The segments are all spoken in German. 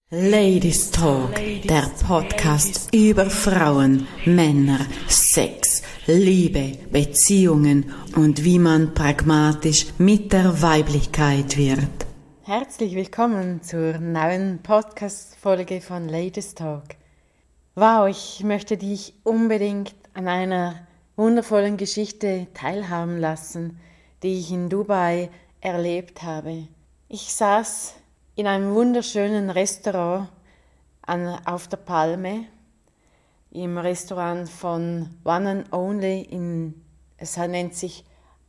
Ladies Talk, der Podcast über Frauen, Männer, Sex, Liebe, Beziehungen und wie man pragmatisch mit der Weiblichkeit wird. Herzlich willkommen zur neuen Podcast-Folge von Ladies Talk. Wow, ich möchte dich unbedingt an einer wundervollen Geschichte teilhaben lassen, die ich in Dubai erlebt habe. Ich saß in einem wunderschönen Restaurant auf der Palme, im Restaurant von One and Only, es nennt sich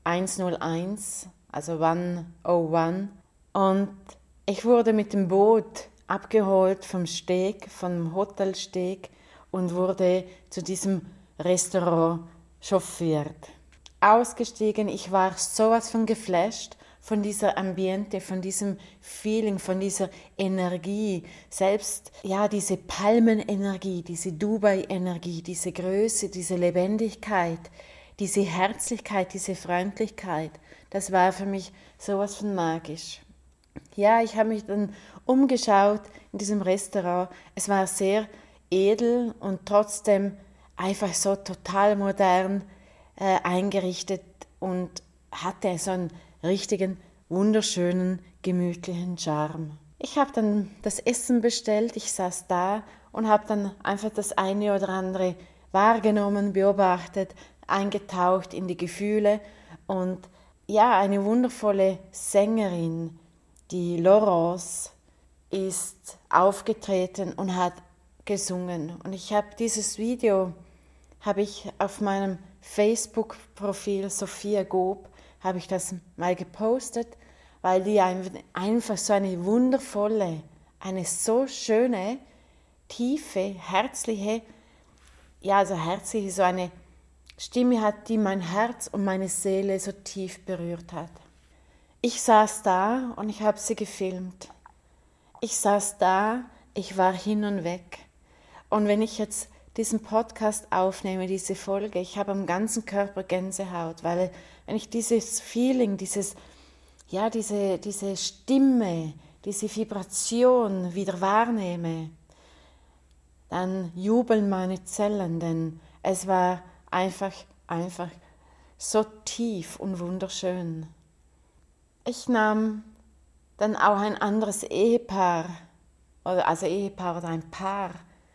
101, also 101. Und ich wurde mit dem Boot abgeholt vom Hotelsteg und wurde zu diesem Restaurant chauffiert. Ausgestiegen, ich war sowas von geflasht, von dieser Ambiente, von diesem Feeling, von dieser Energie, selbst diese Palmenenergie, diese Dubai-Energie, diese Größe, diese Lebendigkeit, diese Herzlichkeit, diese Freundlichkeit, das war für mich sowas von magisch. Ja, ich habe mich dann umgeschaut in diesem Restaurant, es war sehr edel und trotzdem einfach so total modern eingerichtet und hatte so einen richtigen, wunderschönen, gemütlichen Charme. Ich habe dann das Essen bestellt, ich saß da und habe dann einfach das eine oder andere wahrgenommen, beobachtet, eingetaucht in die Gefühle und eine wundervolle Sängerin, die Laurence, ist aufgetreten und hat gesungen. Und ich habe dieses Video auf meinem Facebook-Profil Sophia Gob habe ich das mal gepostet, weil die einfach so eine wundervolle, eine so schöne, tiefe, herzliche, so eine Stimme hat, die mein Herz und meine Seele so tief berührt hat. Ich saß da und ich habe sie gefilmt. Ich saß da, ich war hin und weg. Und wenn ich jetzt diesen Podcast aufnehme, diese Folge, ich habe am ganzen Körper Gänsehaut, weil wenn ich dieses Feeling, diese Stimme, diese Vibration wieder wahrnehme, dann jubeln meine Zellen, denn es war einfach so tief und wunderschön. Ich nahm dann auch ein anderes Ehepaar oder ein Paar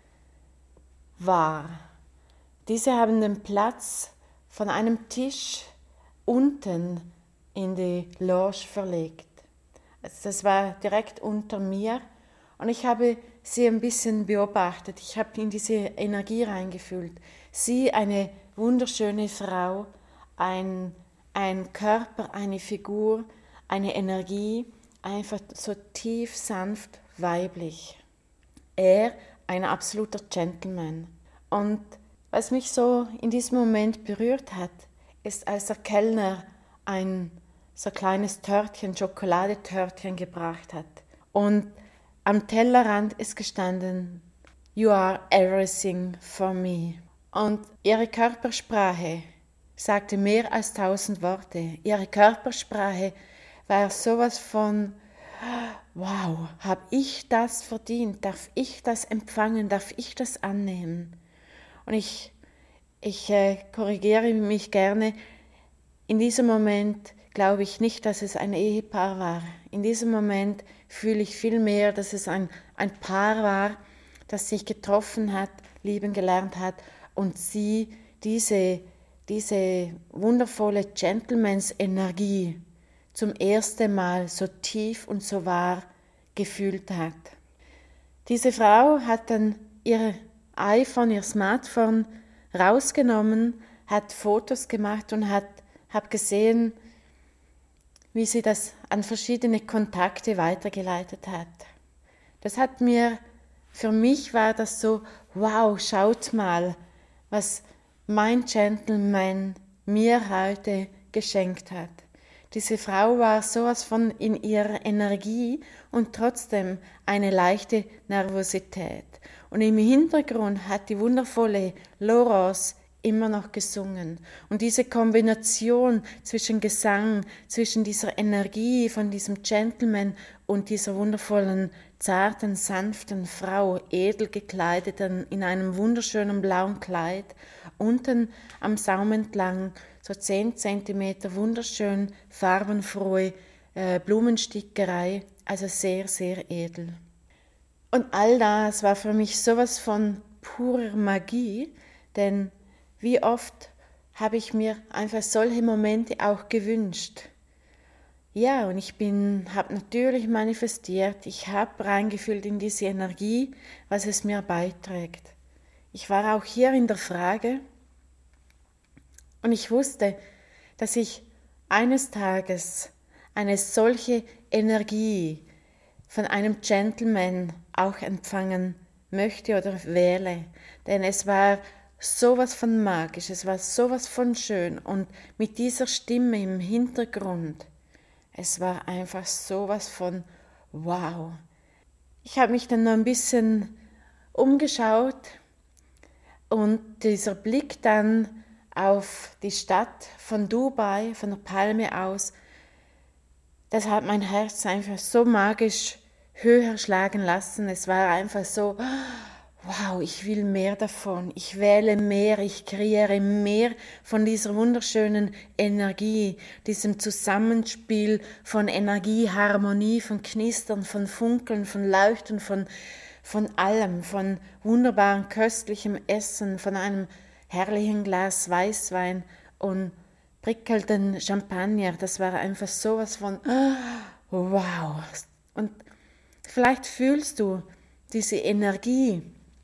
wahr. Diese haben den Platz von einem Tisch unten in die Lounge verlegt. Also das war direkt unter mir und ich habe sie ein bisschen beobachtet. Ich habe in diese Energie reingefühlt. Sie, eine wunderschöne Frau, ein Körper, eine Figur, eine Energie, einfach so tief, sanft, weiblich. Er, ein absoluter Gentleman. Und was mich so in diesem Moment berührt hat, ist, als der Kellner ein so kleines Törtchen, Schokoladetörtchen gebracht hat. Und am Tellerrand ist gestanden, "You are everything for me." Und ihre Körpersprache sagte mehr als 1000 Worte. Ihre Körpersprache war sowas von: wow, habe ich das verdient? Darf ich das empfangen? Darf ich das annehmen? Und ich korrigiere mich gerne. In diesem Moment glaube ich nicht, dass es ein Ehepaar war. In diesem Moment fühle ich viel mehr, dass es ein Paar war, das sich getroffen hat, lieben gelernt hat und sie diese wundervolle Gentlemans-Energie zum ersten Mal so tief und so wahr gefühlt hat. Diese Frau hat dann ihr Smartphone rausgenommen, hat Fotos gemacht und habe gesehen, wie sie das an verschiedene Kontakte weitergeleitet hat. Für mich war das so: wow, schaut mal, was mein Gentleman mir heute geschenkt hat. Diese Frau war sowas von in ihrer Energie und trotzdem eine leichte Nervosität. Und im Hintergrund hat die wundervolle Laurence immer noch gesungen. Und diese Kombination zwischen Gesang, zwischen dieser Energie von diesem Gentleman und dieser wundervollen, zarten, sanften Frau, edel gekleidet in einem wunderschönen blauen Kleid, unten am Saum entlang, so 10 Zentimeter, wunderschön farbenfrohe Blumenstickerei, also sehr, sehr edel. Und all das war für mich sowas von purer Magie, denn wie oft habe ich mir einfach solche Momente auch gewünscht. Ja, und ich habe natürlich manifestiert, ich habe reingefühlt in diese Energie, was es mir beiträgt. Ich war auch hier in der Frage und ich wusste, dass ich eines Tages eine solche Energie von einem Gentleman auch empfangen möchte oder wähle, denn es war sowas von magisch, es war sowas von schön und mit dieser Stimme im Hintergrund, es war einfach sowas von wow. Ich habe mich dann noch ein bisschen umgeschaut und dieser Blick dann auf die Stadt von Dubai, von der Palme aus, das hat mein Herz einfach so magisch höher schlagen lassen. Es war einfach so, wow, ich will mehr davon, ich wähle mehr, ich kreiere mehr von dieser wunderschönen Energie, diesem Zusammenspiel von Energie, Harmonie, von Knistern, von Funkeln, von Leuchten, von allem, von wunderbaren, köstlichem Essen, von einem herrlichen Glas Weißwein und prickelnden Champagner. Das war einfach sowas von wow. Und vielleicht fühlst du diese Energie,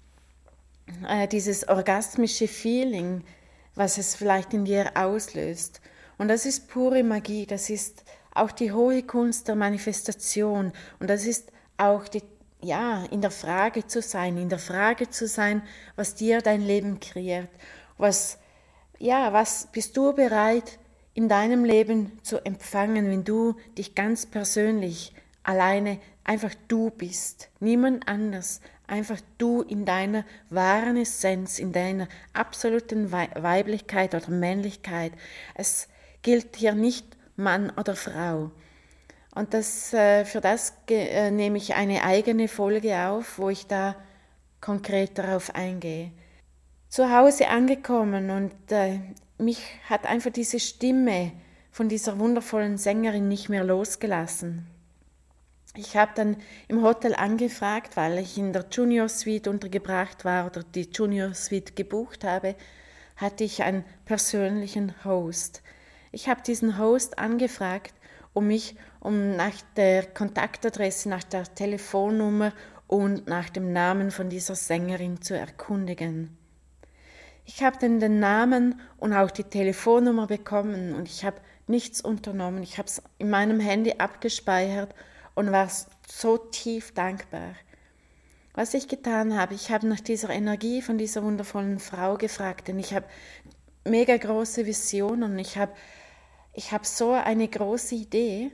dieses orgasmische Feeling, was es vielleicht in dir auslöst. Und das ist pure Magie, das ist auch die hohe Kunst der Manifestation. Und das ist auch in der Frage zu sein, was dir dein Leben kreiert. Was bist du bereit in deinem Leben zu empfangen, wenn du dich ganz persönlich alleine einfach du bist, niemand anders, einfach du in deiner wahren Essenz, in deiner absoluten Weiblichkeit oder Männlichkeit. Es gilt hier nicht Mann oder Frau. Und für das nehme ich eine eigene Folge auf, wo ich da konkret darauf eingehe. Zu Hause angekommen und mich hat einfach diese Stimme von dieser wundervollen Sängerin nicht mehr losgelassen. Ich habe dann im Hotel angefragt, weil ich in der Junior Suite untergebracht war oder die Junior Suite gebucht habe, hatte ich einen persönlichen Host. Ich habe diesen Host angefragt, um nach der Kontaktadresse, nach der Telefonnummer und nach dem Namen von dieser Sängerin zu erkundigen. Ich habe dann den Namen und auch die Telefonnummer bekommen und ich habe nichts unternommen. Ich habe es in meinem Handy abgespeichert und war so tief dankbar. Was ich getan habe, ich habe nach dieser Energie von dieser wundervollen Frau gefragt, denn ich habe mega große Visionen, ich habe so eine große Idee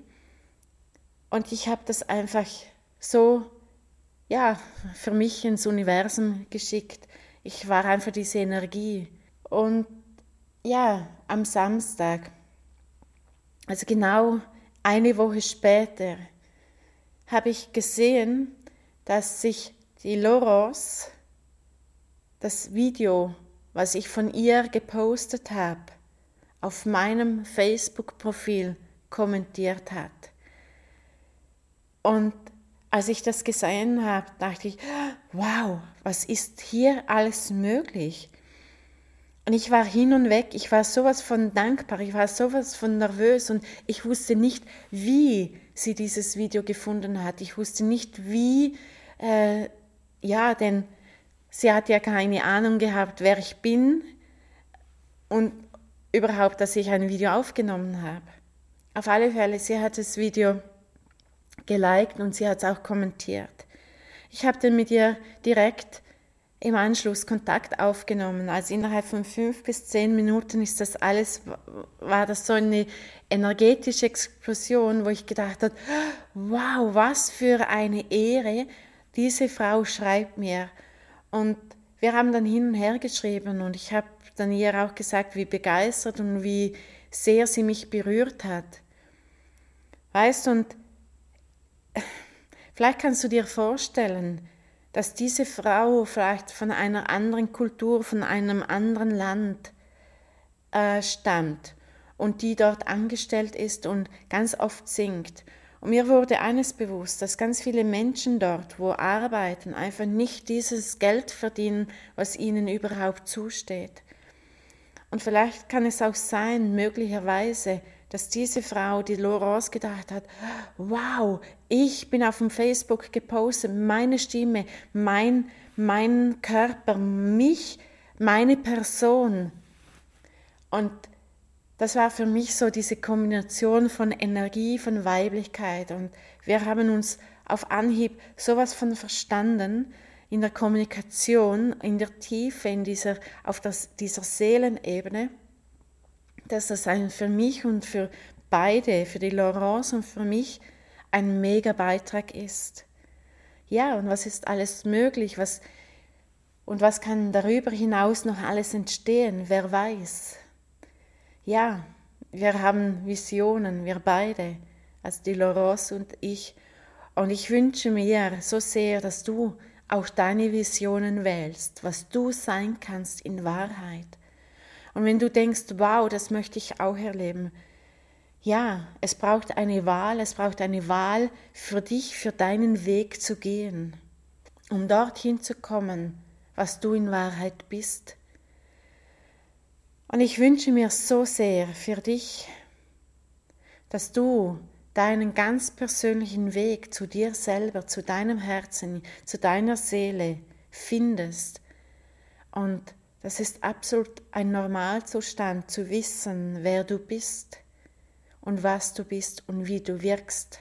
und ich habe das einfach so, für mich ins Universum geschickt. Ich war einfach diese Energie. Und am Samstag, also genau eine Woche später, habe ich gesehen, dass sich die Laurence das Video, was ich von ihr gepostet habe, auf meinem Facebook-Profil kommentiert hat. Und als ich das gesehen habe, dachte ich, wow, was ist hier alles möglich? Und ich war hin und weg, ich war sowas von dankbar, ich war sowas von nervös und ich wusste nicht, wie sie dieses Video gefunden hat. Ich wusste nicht, wie, denn sie hat ja keine Ahnung gehabt, wer ich bin und überhaupt, dass ich ein Video aufgenommen habe. Auf alle Fälle, sie hat das Video geliked und sie hat es auch kommentiert. Ich habe dann mit ihr direkt im Anschluss Kontakt aufgenommen. Also innerhalb von 5 bis 10 Minuten war das so eine energetische Explosion, wo ich gedacht habe, wow, was für eine Ehre, diese Frau schreibt mir. Und wir haben dann hin und her geschrieben und ich habe dann ihr auch gesagt, wie begeistert und wie sehr sie mich berührt hat. Weißt du, und vielleicht kannst du dir vorstellen, dass diese Frau vielleicht von einer anderen Kultur, von einem anderen Land stammt und die dort angestellt ist und ganz oft singt. Und mir wurde eines bewusst, dass ganz viele Menschen dort, wo arbeiten, einfach nicht dieses Geld verdienen, was ihnen überhaupt zusteht. Und vielleicht kann es auch sein, möglicherweise, dass diese Frau, die Laurence, gedacht hat, wow, ich bin auf dem Facebook gepostet, meine Stimme, mein Körper, mich, meine Person. Und das war für mich so diese Kombination von Energie, von Weiblichkeit. Und wir haben uns auf Anhieb sowas von verstanden in der Kommunikation, in der Tiefe, auf dieser Seelenebene, dass das für mich und für beide, für die Laurence und für mich, ein mega Beitrag ist. Ja, und was ist alles möglich? Was kann darüber hinaus noch alles entstehen? Wer weiß? Ja, wir haben Visionen, wir beide, also die Laurence und ich. Und ich wünsche mir so sehr, dass du auch deine Visionen wählst, was du sein kannst in Wahrheit. Und wenn du denkst, wow, das möchte ich auch erleben, ja, es braucht eine Wahl für dich, für deinen Weg zu gehen, um dorthin zu kommen, was du in Wahrheit bist. Und ich wünsche mir so sehr für dich, dass du deinen ganz persönlichen Weg zu dir selber, zu deinem Herzen, zu deiner Seele findest. Und das ist absolut ein Normalzustand, zu wissen, wer du bist und was du bist und wie du wirkst.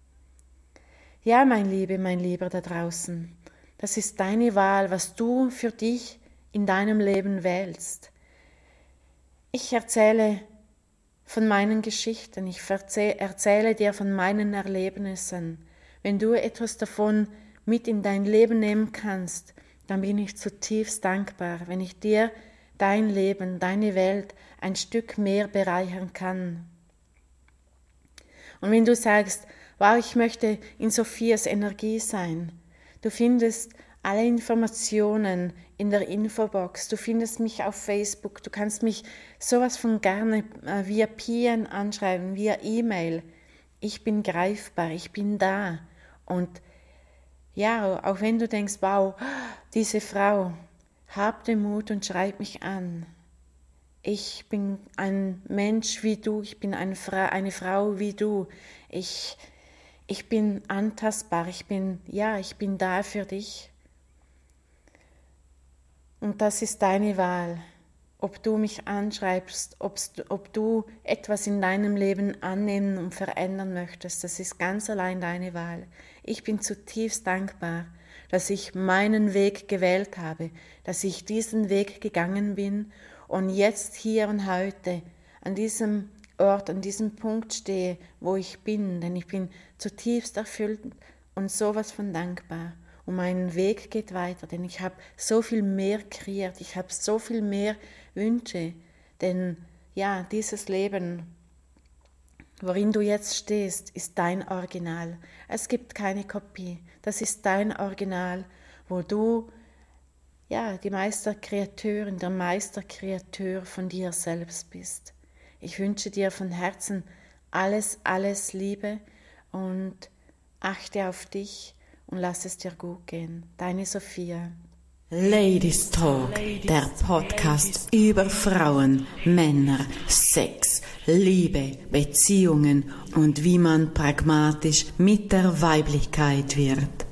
Ja, mein Lieber da draußen, das ist deine Wahl, was du für dich in deinem Leben wählst. Ich erzähle von meinen Geschichten, ich erzähle dir von meinen Erlebnissen. Wenn du etwas davon mit in dein Leben nehmen kannst, dann bin ich zutiefst dankbar, wenn ich dir dein Leben, deine Welt ein Stück mehr bereichern kann. Und wenn du sagst, wow, ich möchte in Sophias Energie sein, du findest alle Informationen in der Infobox, du findest mich auf Facebook, du kannst mich sowas von gerne via PN anschreiben, via E-Mail. Ich bin greifbar, ich bin da. Und ja, auch wenn du denkst, wow, diese Frau, hab den Mut und schreib mich an. Ich bin ein Mensch wie du, ich bin eine Frau wie du. Ich bin antastbar, ich bin da für dich. Und das ist deine Wahl, ob du mich anschreibst, ob du etwas in deinem Leben annehmen und verändern möchtest. Das ist ganz allein deine Wahl. Ich bin zutiefst dankbar, dass ich meinen Weg gewählt habe, dass ich diesen Weg gegangen bin und jetzt hier und heute an diesem Ort, an diesem Punkt stehe, wo ich bin, denn ich bin zutiefst erfüllt und sowas von dankbar. Und mein Weg geht weiter, denn ich habe so viel mehr kreiert, ich habe so viel mehr Wünsche, denn ja, dieses Leben, worin du jetzt stehst, ist dein Original. Es gibt keine Kopie, das ist dein Original, wo du die Meisterkreateurin, der Meisterkreateur von dir selbst bist. Ich wünsche dir von Herzen alles Liebe und achte auf dich und lass es dir gut gehen. Deine Sophia. Ladies Talk, der Podcast über Frauen, Männer, Sex, Liebe, Beziehungen und wie man pragmatisch mit der Weiblichkeit wird.